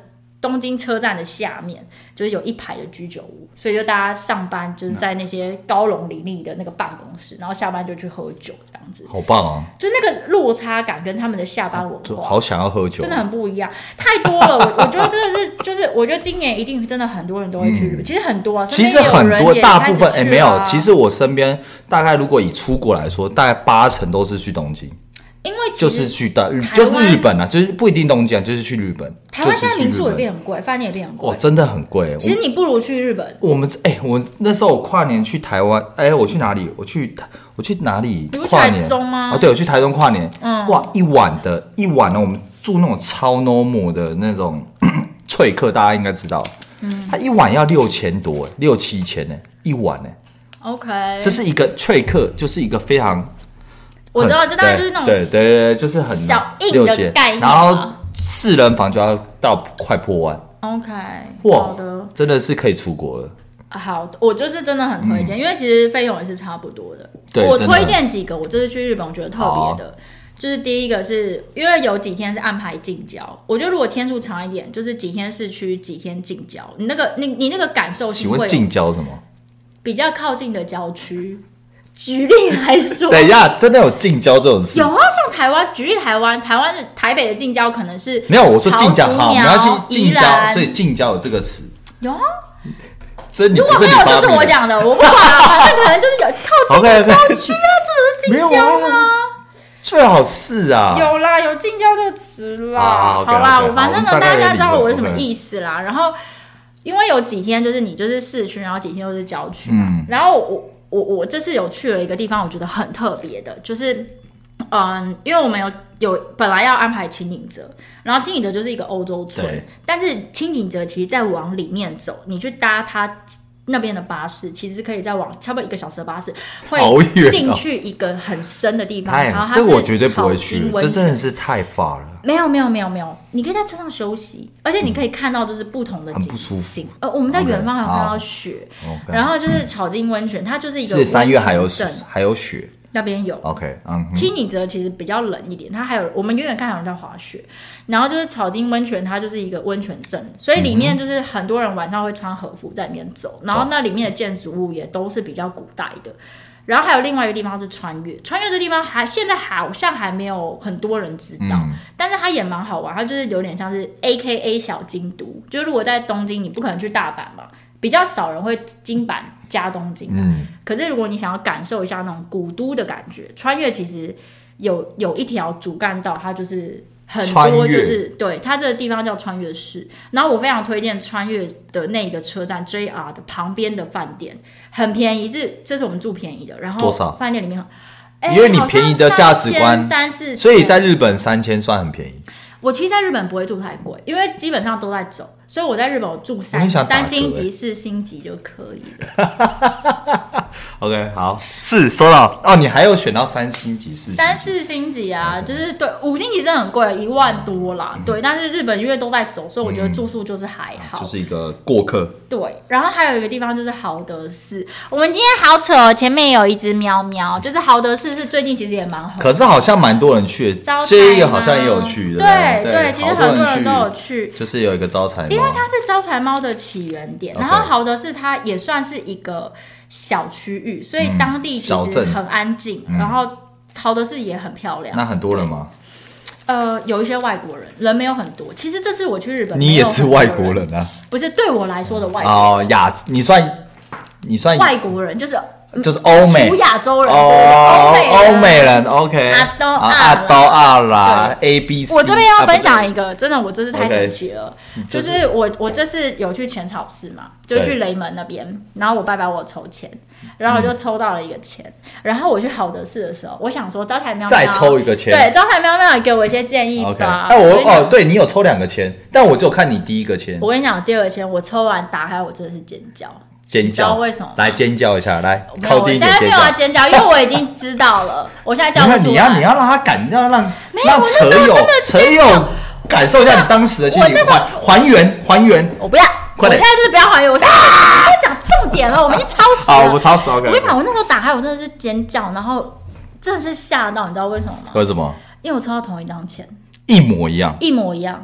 东京车站的下面就是有一排的居酒屋，所以就大家上班就是在那些高楼林立的那个办公室，然后下班就去喝酒这样子。 好棒哦！ 就那个落差感跟他们的下班文化， 好想要喝酒， 真的很不一样，太多了。我觉得真的是，就是我觉得今年一定真的很多人都会去日本。其实很多啊， 其实很多，大部分没有。其实实我身边大概如果以出国来说，大概80%都是去东京。 因为就是去就是日本啊，就是不一定东京啊，就是去日本。 台湾现在民宿也变很贵，饭店也变很贵， 哦，真的很贵。 其实你不如去日本。 我那时候我跨年去台湾，我去哪里？我去哪里跨年？ 台中吗？ 哦，对，我去台中跨年。哇，一晚呢，我们住那种超 normal 的那种翠客，大家应该知道。它一晚要6000多，6、7千呢，一晚呢。 OK， 这是一个翠客，就是一个非常。 我知道，这大概就是那种对，就是很小硬的概念， 然后4人房就要到快破万。 OK， 好的，真的是可以出国了。 好，我就是真的很推荐，因为其实费用也是差不多的。 对， 我推荐几个，我这次去日本我觉得特别的，就是第一个是因为有几天是安排近郊，我觉得如果天数长一点，就是几天市区，几天近郊，你那个感受性会。 请问近郊什么？ 比较靠近的郊区。举例来说， 等一下，真的有近郊这种事？ 有啊，像台湾，举例台湾台北的近郊可能是没有，我说近郊，好，没关系，近郊，所以近郊有这个词。 有啊， 如果没有就是我讲的，我不管啊，反正可能就是有靠近的郊区啊，这种是近郊吗？ 最好是啊， 有啦，有近郊这个词啦。好啦，我反正呢，大家知道我是什么意思啦。然后，因为有几天就是你就是市区，然后几天又是郊区嘛，然后我这次有去了一个地方，我觉得很特别的，就是因为我们有本来要安排青井泽，然后青井泽就是一个欧洲村，但是青井泽其实再往里面走，你去搭它那边的巴士，其实可以再往差不多1个小时的巴士，会进去一个很深的地方。然后它是这我绝对不会去，这真的是太 far 了。 没有，你可以在车上休息，而且你可以看到就是不同的景， 很不舒服。 我们在远方还有看到雪，然后就是草津温泉，它就是一个 3月还有雪。 那边有 OK， 青井泽其实比较冷一点，它还有我们远远看有人在滑雪，然后就是草津温泉，它就是一个温泉镇，所以里面就是很多人晚上会穿和服在里面走，然后那里面的建筑物也都是比较古代的。然后还有另外一个地方是穿越这地方现在好像还没有很多人知道，但是它也蛮好玩，它就是有点像是 AKA 小京都，就如果在东京你不可能去大阪嘛，比较少人会京阪加东京，可是如果你想要感受一下那种古都的感觉，穿越其实有一条主干道，它就是很多就是对它这个地方叫穿越市，然后我非常推荐穿越的那个车站 JR 的旁边的饭店，很便宜，这是我们住便宜的，然后多少？ 饭店里面因为你便宜的价值观 3-4， 所以在日本3000算很便宜。 我其实在日本不会住太贵，因为基本上都在走，所以我在日本我住3星级4星级就可以了。 OK， 好，是收到哦。你还有选到3星级、 4星级啊，就是对5星级真的很贵，1万多啦。对，但是日本因为都在走，所以我觉得住宿就是还好， 就是一个过客。 对，然后还有一个地方就是豪德寺。我们今天好扯哦，前面有一只喵喵，就是豪德寺是最近其实也蛮红， 可是好像蛮多人去的，这个好像也有去的。 对，其实很多人都有去， 就是有一个招财猫， 因为它是招财猫的起源点。然后豪德寺它也算是一个小区域，所以当地其实很安静，然后豪德寺也很漂亮。那很多人吗？ 有一些外国人，人没有很多。其实这次我去日本， 你也是外国人啊？ 不是，对我来说的外国人你算外国人，就是欧美除亚洲人， 欧美人 OK， 阿都阿啦 ABC。 我这边要分享一个，真的我真是太神奇了，就是我这次有去浅草寺嘛，就去雷门那边，然后我拜拜我抽签，然后我就抽到了一个签，然后我去好德寺的时候，我想说招财喵喵再抽一个签， 对，招财喵喵也给我一些建议吧。 对你有抽2个签，但我只有看你第一个签。 我跟你讲，第2个签我抽完打开，我真的是尖叫。 尖叫？ 为什么？ 来尖叫一下，来靠近一点。 我现在没有要尖叫，因为我已经知道了。我现在叫不出来。 你要让他让车友感受一下你当时的心情，还原。 我不要， 快点！ 我现在就是不要还原，我现在要讲重点了，我们已经超时了。 好，我超时 OK。 我跟你讲，我那时候打开，我真的是尖叫，然后真的是吓到，你知道为什么吗？ 为什么？ 因为我抽到同一张签， 一模一样。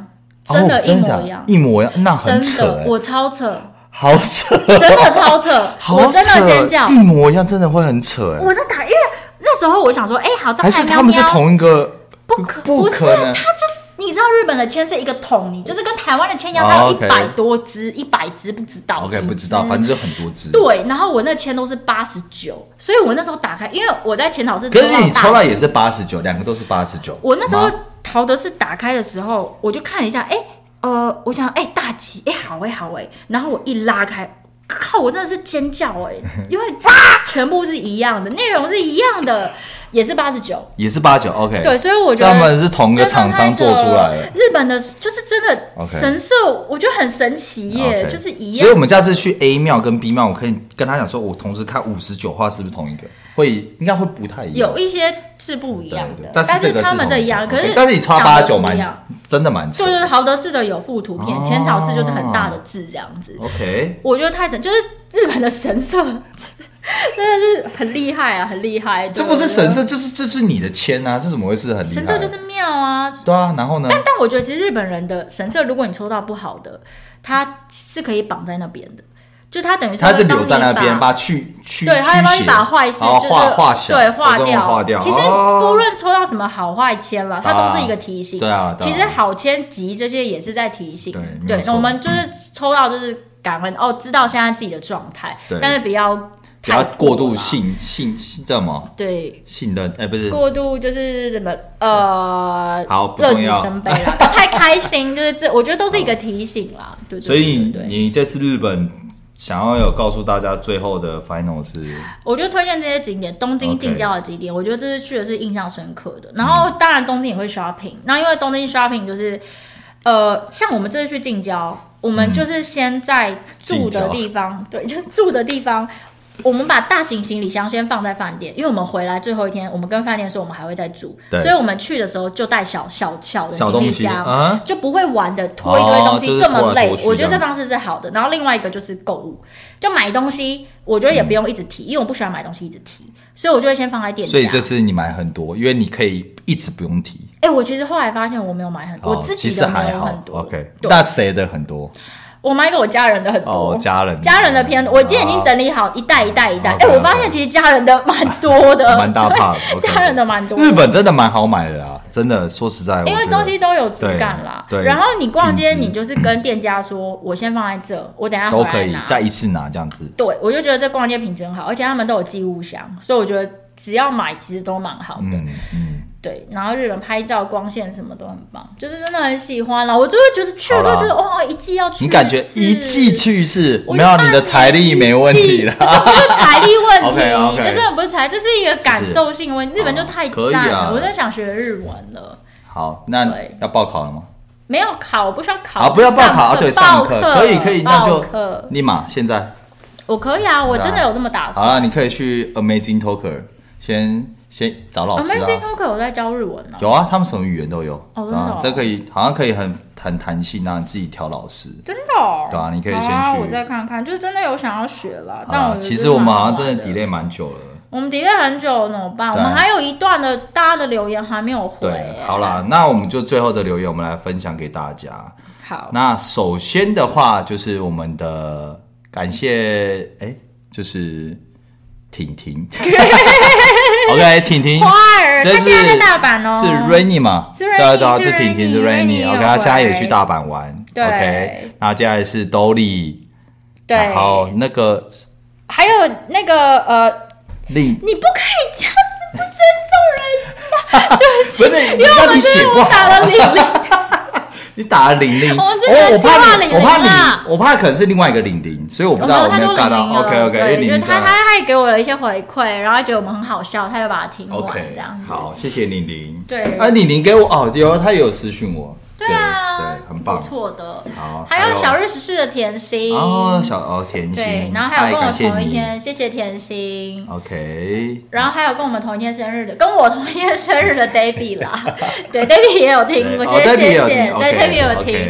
真的一模假一样， 一模一样，那很扯真的，我超扯， 好扯， 真的超扯，我真的尖叫， 一模一样，真的会很扯我在打，因为那时候我想说，好，这还是他们是同一个？不可能， 他就。你知道日本的签是一个桶，你就是跟台湾的签一样，它有100多只，100只不知道。 OK， 不知道，反正就很多只。 对，然后我那签都是89，所以我那时候打开，因为我在前导是， 可是你抽到也是89，两个都是89。 我那时候陶德是打开的时候，我就看一下，我想，大吉，好然后我一拉开，靠，我真的是尖叫因为全部是一样的，内容是一样的。也是89， 也是89 ，OK。 对，所以我觉得他们是同一个厂商做出来的。 日本的就是真的神色，我觉得很神奇耶，就是一样。 所以我们下次去 A 庙跟 B 庙，我可以跟他讲说，我同时看59画是不是同一个？应该会不太一样， 有一些是不一样的， 但是这个他们这一样，可是但是你超89真的蛮扯。 就是豪德式的有附图片，浅草式就是很大的字这样子。 OK， 我觉得太神，就是日本的神色。真的是很厉害啊，很厉害！ 这不是神色，这是你的签啊，这怎么会是很厉害？ 神色就是妙啊， 对啊，然后呢？ 但我觉得其实日本人的神色，如果你抽到不好的，他是可以绑在那边的，就他等于他是留在那边，把去对，他会帮你把坏事画小， 对，画掉。 其实不论抽到什么好坏签了，它都是一个提醒。 对啊， 其实好签吉这些也是在提醒。 对， 我们就是抽到就是感恩知道现在自己的状态，但是不要过度信叫什么？ 对， 信任不是过度就是什么好乐极生悲啦，太开心就是我觉得都是一个提醒啦。对， 所以你这次日本想要有告诉大家最后的 final 是， 我就推荐这些景点，东京近郊的景点，我觉得这次去的是印象深刻的。然后当然东京也会 shopping， 那因为东京 shopping 就是像我们这次去近郊，我们就是先在住的地方，对，就住的地方。我们把大型行李箱先放在饭店，因为我们回来最后一天，我们跟饭店说我们还会再住，所以我们去的时候就带小的行李箱，就不会玩的拖一堆东西这么累。我觉得这方式是好的。然后另外一个就是购物，就买东西，我觉得也不用一直提，因为我不喜欢买东西一直提，所以我就会先放在店家。 所以这次你买很多，因为你可以一直不用提。 我其实后来发现我没有买很多，我自己的没有很多。 OK， 那谁的很多？ 我买给我家人的很多， 家人的偏多。我今天已经整理好一袋一袋。我发现其实家人的蛮多的， 蛮大怕的。 家人的蛮多。 日本真的蛮好买的啦，真的说实在， 因为东西都有质感啦。 对。 然后你逛街，你就是跟店家说，我先放在这，我等一下回来拿， 都可以再一次拿这样子。 对，我就觉得这逛街品质很好，而且他们都有寄物箱，所以我觉得只要买其实都蛮好的。对，然后日本拍照光线什么都很棒，就是真的很喜欢啦。我就会觉得去了之后觉得哇，一季要去， 你感觉一季去一次，没有你的财力没问题了， 这不是财力问题， 这真的不是财，这是一个感受性问题。日本就太赞了，我真的想学日文了。 好，那要报考了吗？ 没有考，我不需要考。 好，不要报考，对，上课可以，那就立马现在。 我可以啊，我真的有这么打算。 好了，你可以去 Amazing Talker 先找老师啊。 Amazing Talker 我在教日文啊。 有啊，他们什么语言都有。 真的。 这可以，好像可以很弹性，让你自己挑老师。 真的。 对啊，你可以先去。 我再看看，就是真的有想要学啦。但其实我们好像真的 delay 蛮久了。 我们 delay 很久怎么办？我们还有一段的大家的留言还没有回。 对，好啦，那我们就最后的留言，我们来分享给大家。 好。 那首先的话，就是我们的感谢，就是婷婷。OK， 婷婷， 花儿，他现在在大阪哦， 是 Rainy 嘛？ 是 Rainy， 是婷婷，是 Rainy。OK， 他现在也去大阪玩。 对 ，OK， 然后接下来是 Dolly， 对， 然后那个还有那个你不可以这样子不尊重人家，对不起， 不是，因为我们写不好， 打了00。 你打了00，我怕可能是另外一个00，所以我不知道我没有尬到。OK， 因为他还给我了一些回馈，然后他觉得我们很好笑，他就把它听完这样子。 好，谢谢00。 对， 00给我他也有私讯我。 对啊， 对，很棒， 不错的。 好， 还有小日14的甜心甜心， 对，然后还有跟我同一天，谢谢甜心。 OK， 然后还有跟我们同一天生日的，跟我同一天生日的 Debbie 啦，对 ，Debbie 也有听过，谢谢，对 ，Debbie 有听。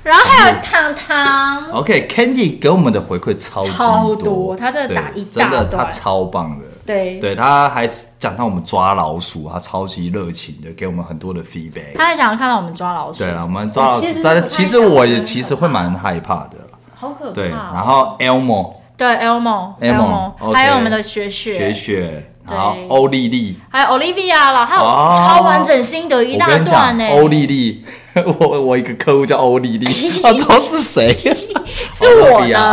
然后还有糖糖。 OK，Candy 给我们的回馈超多，他真的打一大段， 真的他超棒的。对，他还讲到我们抓老鼠，他超级热情的，给我们很多的 feedback。 他还想要看到我们抓老鼠。 对了，我们抓老鼠，但其实我也会蛮害怕的。 好可怕。 对，然后 Elmo， 对 Elmo， 还有我们的雪， 然后欧丽丽， 还有 Olivia 啦，还有超完整心得一大段呢。 欧丽丽，我一个客户叫欧丽丽，我知道是谁， 是我的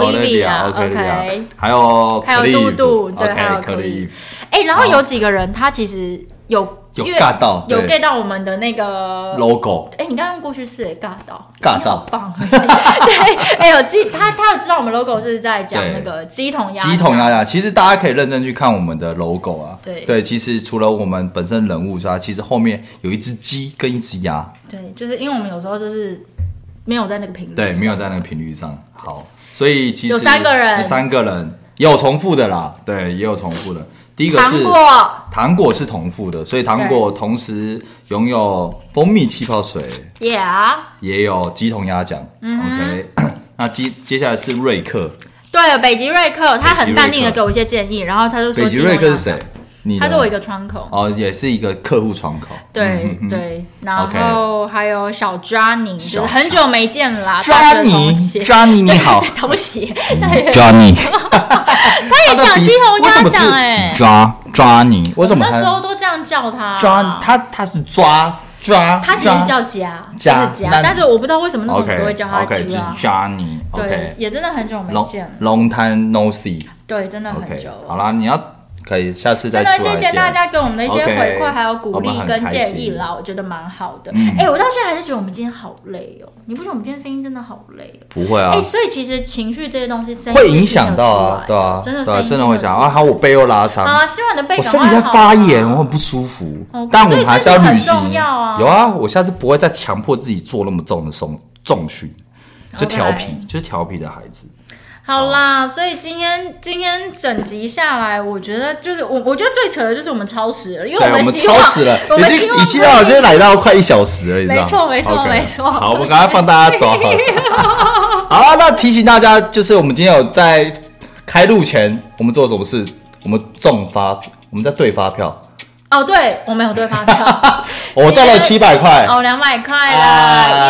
Olivia，OK， 还有杜杜，对， 还有可丽。 然后有几个人他其实有 get 到我们的那个 logo。 你刚刚用过去式，get 到， 好棒。对，他有知道我们 logo 是在讲那个鸡同鸭。 其实大家可以认真去看我们的 logo 啊。对，其实除了我们本身人物之外，其实后面有一只鸡跟一只鸭。 对，就是因为我们有时候就是没有在那个频率。 对，没有在那个频率上。好，所以其实有3个人，也有重复的啦。对，也有重复的。第一个是糖果是同父的，所以糖果同时拥有蜂蜜气泡水，也有鸡同鸭奖。OK， 那接下来是瑞克， 对，北极瑞克，他很淡定的给我一些建议，然后他就说北极瑞克是谁？ 他是我一个窗口也是一个客户窗口。 对，然后还有小 Johnny， 就是很久没见啦。Johnny 你好， 同学 Johnny， 他也讲鸡同鸭讲 Johnny， 为什么那时候都这样叫他？ 他是抓， 他其实叫加，但是我不知道为什么那时候我们都会叫他 Johnny。 对，也真的很久没见 ，Long time no see。 对，真的很久。 好啦，你要。可以，下次再出来见。 真的谢谢大家给我们的一些回馈，还有鼓励跟建议啦，我觉得蛮好的。我到现在还是觉得我们今天好累哦，你不觉得我们今天声音真的好累哦？ 不会啊， 所以其实情绪这些东西，声音会影响到啊，对啊，真的会影响啊。好，我背又拉伤啊，希望你的背我身体在发炎，我很不舒服。但我们还是要履行。有啊，我下次不会再强迫自己做那么重的重训，就调皮，就是调皮的孩子。 好啦，所以今天整集下来，我觉得就是我觉得最扯的就是我们超时了，因为我们超时了，已经好像来到快1小时了，你知道吗？ 没错。 好，我们赶快帮大家抓好。好，那提醒大家，就是我们今天有在开录前，我们做什么事？我们我们在对发票。 对，我们有对发票， 我中了700块 ，200块啦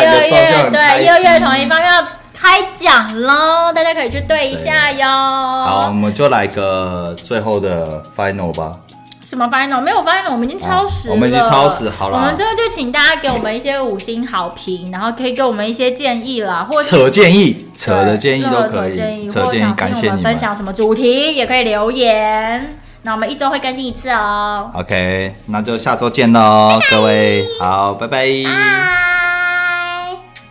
，1、2月统一发票。开奖咯，大家可以去对一下哟。 好，我们就来个最后的 final 吧。 什么 final？ 没有 final， 我们已经超时了。 我们已经超时，好了。 我们最后就请大家给我们一些5星好评，然后可以给我们一些建议啦，或者扯的建议都可以。 扯建议，感谢你们。分享什么主题也可以留言。那我们1周会更新1次哦。 OK， 那就下周见喽，各位。好，拜拜。